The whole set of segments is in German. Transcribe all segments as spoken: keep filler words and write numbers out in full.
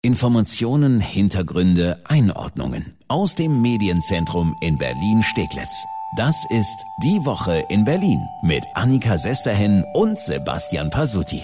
Informationen, Hintergründe, Einordnungen aus dem Medienzentrum in Berlin-Steglitz. Das ist Die Woche in Berlin mit Annika Sesterhen und Sebastian Pasuti.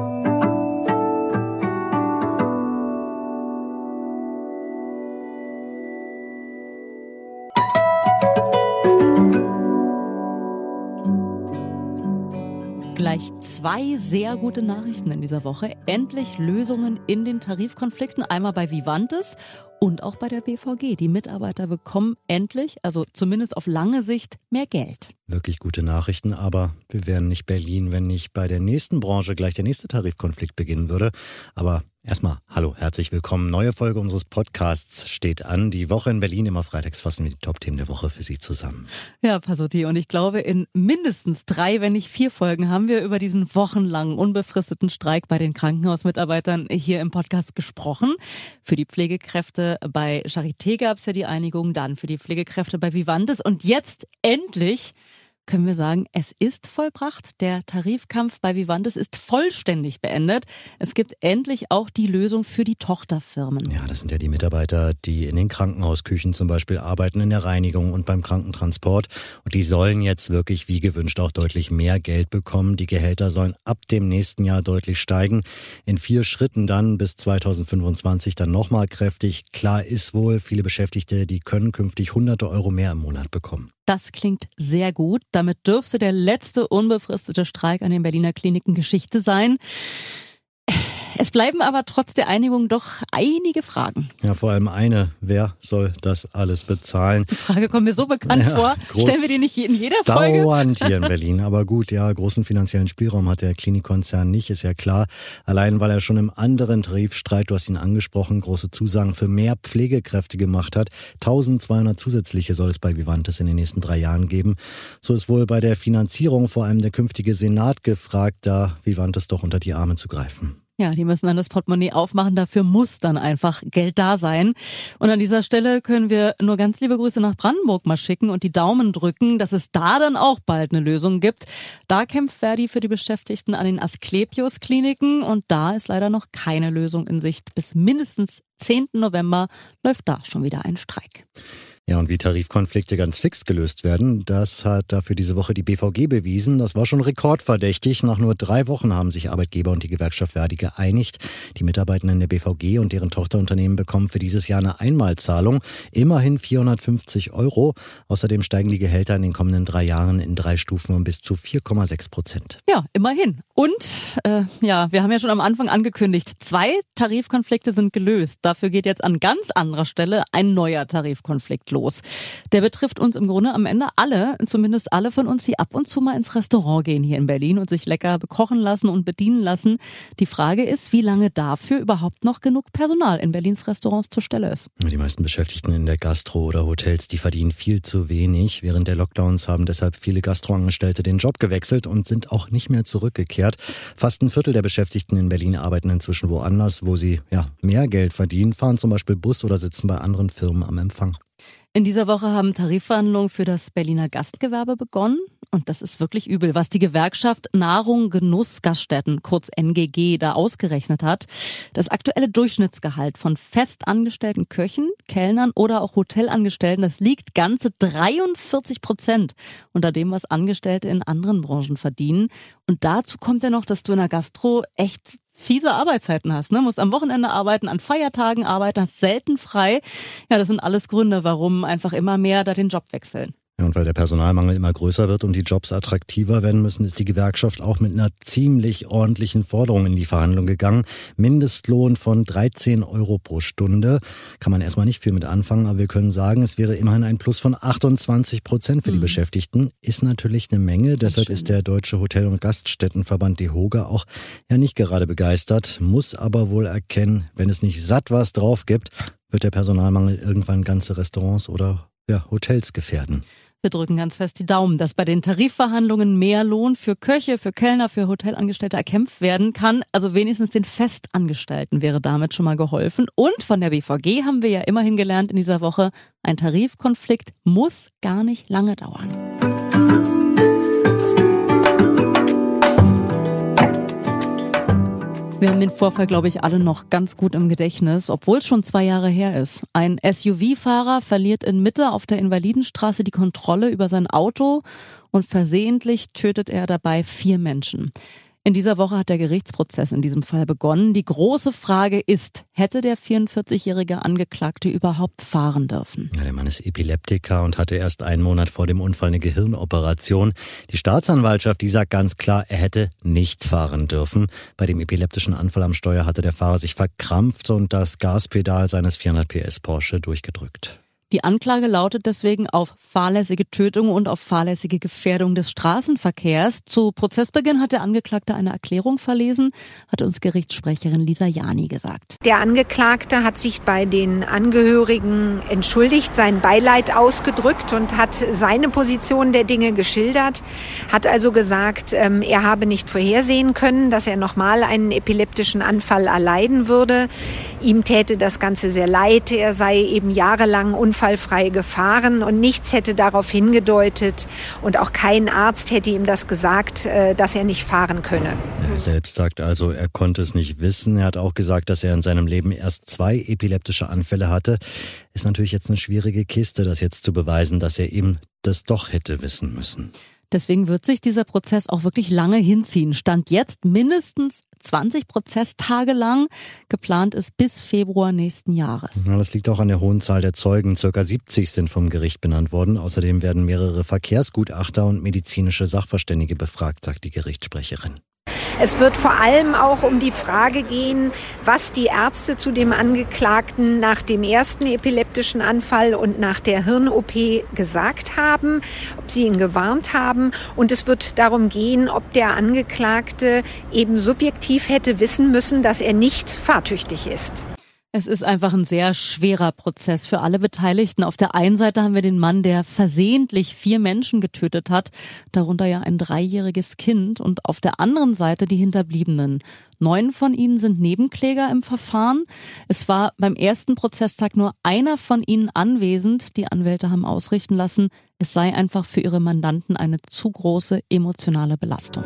Gleich zwei sehr gute Nachrichten in dieser Woche. Endlich Lösungen in den Tarifkonflikten, einmal bei Vivantes und auch bei der B V G. Die Mitarbeiter bekommen endlich, also zumindest auf lange Sicht, mehr Geld. Wirklich gute Nachrichten, aber wir wären nicht Berlin, wenn nicht bei der nächsten Branche gleich der nächste Tarifkonflikt beginnen würde. Aber erstmal, hallo, herzlich willkommen. Neue Folge unseres Podcasts steht an. Die Woche in Berlin, immer freitags fassen wir die Top-Themen der Woche für Sie zusammen. Ja, Pasuti, und ich glaube, in mindestens drei, wenn nicht vier Folgen haben wir über diesen wochenlangen unbefristeten Streik bei den Krankenhausmitarbeitern hier im Podcast gesprochen. Für die Pflegekräfte bei Charité gab es ja die Einigung, dann für die Pflegekräfte bei Vivantes. Und jetzt endlich können wir sagen, es ist vollbracht. Der Tarifkampf bei Vivantes ist vollständig beendet. Es gibt endlich auch die Lösung für die Tochterfirmen. Ja, das sind ja die Mitarbeiter, die in den Krankenhausküchen zum Beispiel arbeiten, in der Reinigung und beim Krankentransport. Und die sollen jetzt wirklich wie gewünscht auch deutlich mehr Geld bekommen. Die Gehälter sollen ab dem nächsten Jahr deutlich steigen. In vier Schritten dann bis zweitausendfünfundzwanzig dann nochmal kräftig. Klar ist wohl, viele Beschäftigte, die können künftig hunderte Euro mehr im Monat bekommen. Das klingt sehr gut. Damit dürfte der letzte unbefristete Streik an den Berliner Kliniken Geschichte sein. Es bleiben aber trotz der Einigung doch einige Fragen. Ja, vor allem eine. Wer soll das alles bezahlen? Die Frage kommt mir so bekannt ja, vor. Stellen wir die nicht in jeder Folge? Dauernd hier in Berlin. Aber gut, ja, großen finanziellen Spielraum hat der Klinikkonzern nicht, ist ja klar. Allein, weil er schon im anderen Tarifstreit, du hast ihn angesprochen, große Zusagen für mehr Pflegekräfte gemacht hat. eintausendzweihundert zusätzliche soll es bei Vivantes in den nächsten drei Jahren geben. So ist wohl bei der Finanzierung vor allem der künftige Senat gefragt, da Vivantes doch unter die Arme zu greifen. Ja, die müssen dann das Portemonnaie aufmachen, dafür muss dann einfach Geld da sein. Und an dieser Stelle können wir nur ganz liebe Grüße nach Brandenburg mal schicken und die Daumen drücken, dass es da dann auch bald eine Lösung gibt. Da kämpft Verdi für die Beschäftigten an den Asklepios-Kliniken und da ist leider noch keine Lösung in Sicht. Bis mindestens zehnten November läuft da schon wieder ein Streik. Ja, und wie Tarifkonflikte ganz fix gelöst werden, das hat dafür diese Woche die B V G bewiesen. Das war schon rekordverdächtig. Nach nur drei Wochen haben sich Arbeitgeber und die Gewerkschaft Verdi geeinigt. Die Mitarbeitenden der B V G und deren Tochterunternehmen bekommen für dieses Jahr eine Einmalzahlung. Immerhin vierhundertfünfzig Euro. Außerdem steigen die Gehälter in den kommenden drei Jahren in drei Stufen um bis zu vier Komma sechs Prozent. Ja, immerhin. Und äh, ja, wir haben ja schon am Anfang angekündigt, zwei Tarifkonflikte sind gelöst. Dafür geht jetzt an ganz anderer Stelle ein neuer Tarifkonflikt los. Der betrifft uns im Grunde am Ende alle, zumindest alle von uns, die ab und zu mal ins Restaurant gehen hier in Berlin und sich lecker bekochen lassen und bedienen lassen. Die Frage ist, wie lange dafür überhaupt noch genug Personal in Berlins Restaurants zur Stelle ist. Die meisten Beschäftigten in der Gastro oder Hotels, die verdienen viel zu wenig. Während der Lockdowns haben deshalb viele Gastroangestellte den Job gewechselt und sind auch nicht mehr zurückgekehrt. Fast ein Viertel der Beschäftigten in Berlin arbeiten inzwischen woanders, wo sie ja mehr Geld verdienen, fahren zum Beispiel Bus oder sitzen bei anderen Firmen am Empfang. In dieser Woche haben Tarifverhandlungen für das Berliner Gastgewerbe begonnen. Und das ist wirklich übel, was die Gewerkschaft Nahrung, Genuss, Gaststätten, kurz N G G, da ausgerechnet hat. Das aktuelle Durchschnittsgehalt von festangestellten Köchen, Kellnern oder auch Hotelangestellten, das liegt ganze dreiundvierzig Prozent unter dem, was Angestellte in anderen Branchen verdienen. Und dazu kommt ja noch, dass du in der Gastro echt fiese Arbeitszeiten hast, ne? Musst am Wochenende arbeiten, an Feiertagen arbeiten, hast selten frei. Ja, das sind alles Gründe, warum einfach immer mehr da den Job wechseln. Ja, und weil der Personalmangel immer größer wird und die Jobs attraktiver werden müssen, ist die Gewerkschaft auch mit einer ziemlich ordentlichen Forderung in die Verhandlung gegangen. Mindestlohn von dreizehn Euro pro Stunde. Kann man erstmal nicht viel mit anfangen, aber wir können sagen, es wäre immerhin ein Plus von achtundzwanzig Prozent für die mhm. Beschäftigten. Ist natürlich eine Menge. Deshalb ist der Deutsche Hotel- und Gaststättenverband DEHOGA auch ja nicht gerade begeistert, muss aber wohl erkennen, wenn es nicht satt was drauf gibt, wird der Personalmangel irgendwann ganze Restaurants oder ja, Hotels gefährden. Wir drücken ganz fest die Daumen, dass bei den Tarifverhandlungen mehr Lohn für Köche, für Kellner, für Hotelangestellte erkämpft werden kann. Also wenigstens den Festangestellten wäre damit schon mal geholfen. Und von der B V G haben wir ja immerhin gelernt in dieser Woche, ein Tarifkonflikt muss gar nicht lange dauern. Wir haben den Vorfall, glaube ich, alle noch ganz gut im Gedächtnis, obwohl es schon zwei Jahre her ist. Ein S U V-Fahrer verliert in Mitte auf der Invalidenstraße die Kontrolle über sein Auto und versehentlich tötet er dabei vier Menschen. In dieser Woche hat der Gerichtsprozess in diesem Fall begonnen. Die große Frage ist, hätte der vierundvierzigjährige Angeklagte überhaupt fahren dürfen? Ja, der Mann ist Epileptiker und hatte erst einen Monat vor dem Unfall eine Gehirnoperation. Die Staatsanwaltschaft, die sagt ganz klar, er hätte nicht fahren dürfen. Bei dem epileptischen Anfall am Steuer hatte der Fahrer sich verkrampft und das Gaspedal seines vierhundert P S Porsche durchgedrückt. Die Anklage lautet deswegen auf fahrlässige Tötung und auf fahrlässige Gefährdung des Straßenverkehrs. Zu Prozessbeginn hat der Angeklagte eine Erklärung verlesen, hat uns Gerichtssprecherin Lisa Jani gesagt. Der Angeklagte hat sich bei den Angehörigen entschuldigt, sein Beileid ausgedrückt und hat seine Position der Dinge geschildert, hat also gesagt, er habe nicht vorhersehen können, dass er nochmal einen epileptischen Anfall erleiden würde. Ihm täte das Ganze sehr leid, er sei eben jahrelang unfallfrei gefahren und nichts hätte darauf hingedeutet und auch kein Arzt hätte ihm das gesagt, dass er nicht fahren könne. Er selbst sagt also, er konnte es nicht wissen. Er hat auch gesagt, dass er in seinem Leben erst zwei epileptische Anfälle hatte. Ist natürlich jetzt eine schwierige Kiste, das jetzt zu beweisen, dass er eben das doch hätte wissen müssen. Deswegen wird sich dieser Prozess auch wirklich lange hinziehen. Stand jetzt mindestens zwanzig Prozesstage lang. Geplant ist bis Februar nächsten Jahres. Ja, das liegt auch an der hohen Zahl der Zeugen. Circa siebzig sind vom Gericht benannt worden. Außerdem werden mehrere Verkehrsgutachter und medizinische Sachverständige befragt, sagt die Gerichtssprecherin. Es wird vor allem auch um die Frage gehen, was die Ärzte zu dem Angeklagten nach dem ersten epileptischen Anfall und nach der Hirn-O P gesagt haben, ob sie ihn gewarnt haben. Und es wird darum gehen, ob der Angeklagte eben subjektiv hätte wissen müssen, dass er nicht fahrtüchtig ist. Es ist einfach ein sehr schwerer Prozess für alle Beteiligten. Auf der einen Seite haben wir den Mann, der versehentlich vier Menschen getötet hat, darunter ja ein dreijähriges Kind, und auf der anderen Seite die Hinterbliebenen. Neun von ihnen sind Nebenkläger im Verfahren. Es war beim ersten Prozesstag nur einer von ihnen anwesend. Die Anwälte haben ausrichten lassen, es sei einfach für ihre Mandanten eine zu große emotionale Belastung.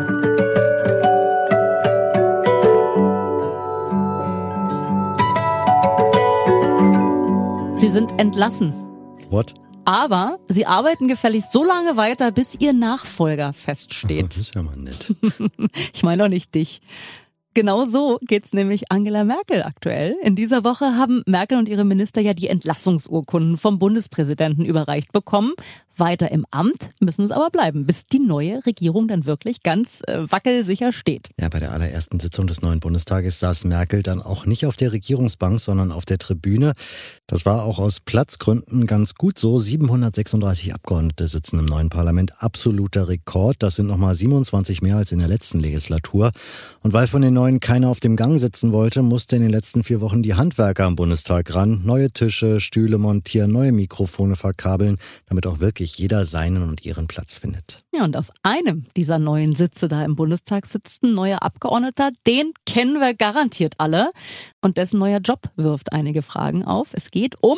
Sie sind entlassen. What? Aber sie arbeiten gefälligst so lange weiter, bis ihr Nachfolger feststeht. Das ist ja mal nett. Ich meine doch nicht dich. Genau so geht's nämlich Angela Merkel aktuell. In dieser Woche haben Merkel und ihre Minister ja die Entlassungsurkunden vom Bundespräsidenten überreicht bekommen. Weiter im Amt müssen es aber bleiben, bis die neue Regierung dann wirklich ganz äh, wackelsicher steht. Ja, bei der allerersten Sitzung des neuen Bundestages saß Merkel dann auch nicht auf der Regierungsbank, sondern auf der Tribüne. Das war auch aus Platzgründen ganz gut so. siebenhundertsechsunddreißig Abgeordnete sitzen im neuen Parlament. Absoluter Rekord. Das sind nochmal siebenundzwanzig mehr als in der letzten Legislatur. Und weil von den Neuen keiner auf dem Gang sitzen wollte, musste in den letzten vier Wochen die Handwerker am Bundestag ran. Neue Tische, Stühle montieren, neue Mikrofone verkabeln, damit auch wirklich jeder seinen und ihren Platz findet. Ja, und auf einem dieser neuen Sitze da im Bundestag sitzt ein neuer Abgeordneter. Den kennen wir garantiert alle. Und dessen neuer Job wirft einige Fragen auf. Es geht um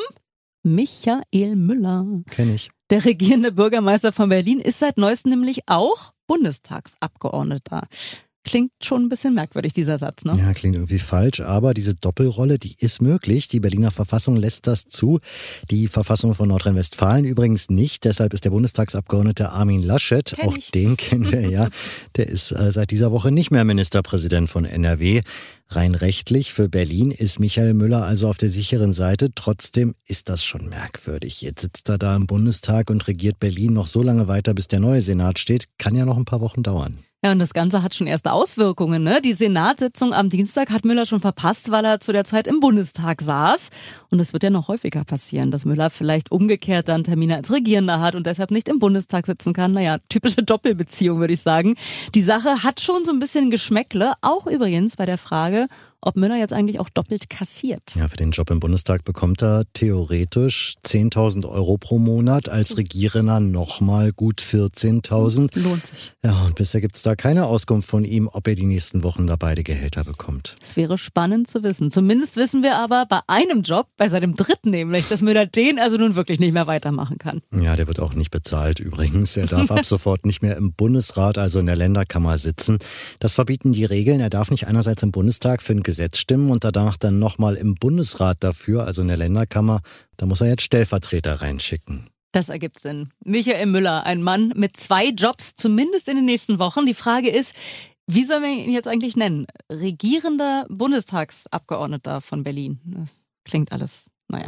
Michael Müller. Kenn ich. Der regierende Bürgermeister von Berlin ist seit neuestem nämlich auch Bundestagsabgeordneter. Klingt schon ein bisschen merkwürdig, dieser Satz, ne? Ja, klingt irgendwie falsch, aber diese Doppelrolle, die ist möglich. Die Berliner Verfassung lässt das zu. Die Verfassung von Nordrhein-Westfalen übrigens nicht. Deshalb ist der Bundestagsabgeordnete Armin Laschet, Kenn auch ich. den kennen wir ja, der ist äh, seit dieser Woche nicht mehr Ministerpräsident von N R W. Rein rechtlich für Berlin ist Michael Müller also auf der sicheren Seite. Trotzdem ist das schon merkwürdig. Jetzt sitzt er da im Bundestag und regiert Berlin noch so lange weiter, bis der neue Senat steht. Kann ja noch ein paar Wochen dauern. Ja, und das Ganze hat schon erste Auswirkungen, ne? Die Senatssitzung am Dienstag hat Müller schon verpasst, weil er zu der Zeit im Bundestag saß. Und es wird ja noch häufiger passieren, dass Müller vielleicht umgekehrt dann Termine als Regierender hat und deshalb nicht im Bundestag sitzen kann. Naja, typische Doppelbeziehung, würde ich sagen. Die Sache hat schon so ein bisschen Geschmäckle, auch übrigens bei der Frage, ob Müller jetzt eigentlich auch doppelt kassiert. Ja, für den Job im Bundestag bekommt er theoretisch zehntausend Euro pro Monat, als Regierender nochmal gut vierzehntausend. Lohnt sich. Ja, und bisher gibt es da keine Auskunft von ihm, ob er die nächsten Wochen da beide Gehälter bekommt. Es wäre spannend zu wissen. Zumindest wissen wir aber bei einem Job, bei seinem dritten nämlich, dass Müller den also nun wirklich nicht mehr weitermachen kann. Ja, der wird auch nicht bezahlt übrigens. Er darf ab sofort nicht mehr im Bundesrat, also in der Länderkammer sitzen. Das verbieten die Regeln. Er darf nicht einerseits im Bundestag für ein Gesetz stimmen und danach dann nochmal im Bundesrat dafür, also in der Länderkammer. Da muss er jetzt Stellvertreter reinschicken. Das ergibt Sinn. Michael Müller, ein Mann mit zwei Jobs, zumindest in den nächsten Wochen. Die Frage ist, wie sollen wir ihn jetzt eigentlich nennen? Regierender Bundestagsabgeordneter von Berlin. Klingt alles, naja.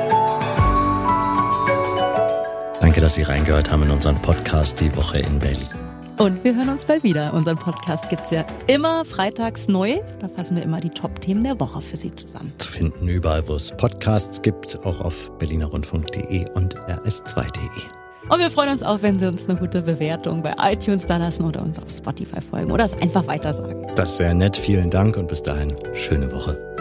Danke, dass Sie reingehört haben in unseren Podcast Die Woche in Berlin. Und wir hören uns bald wieder. Unseren Podcast gibt's ja immer freitags neu. Da fassen wir immer die Top-Themen der Woche für Sie zusammen. Zu finden überall, wo es Podcasts gibt, auch auf berliner rundfunk punkt de und r s zwei punkt de. Und wir freuen uns auch, wenn Sie uns eine gute Bewertung bei iTunes da lassen oder uns auf Spotify folgen oder es einfach weiter sagen. Das wäre nett. Vielen Dank und bis dahin, schöne Woche.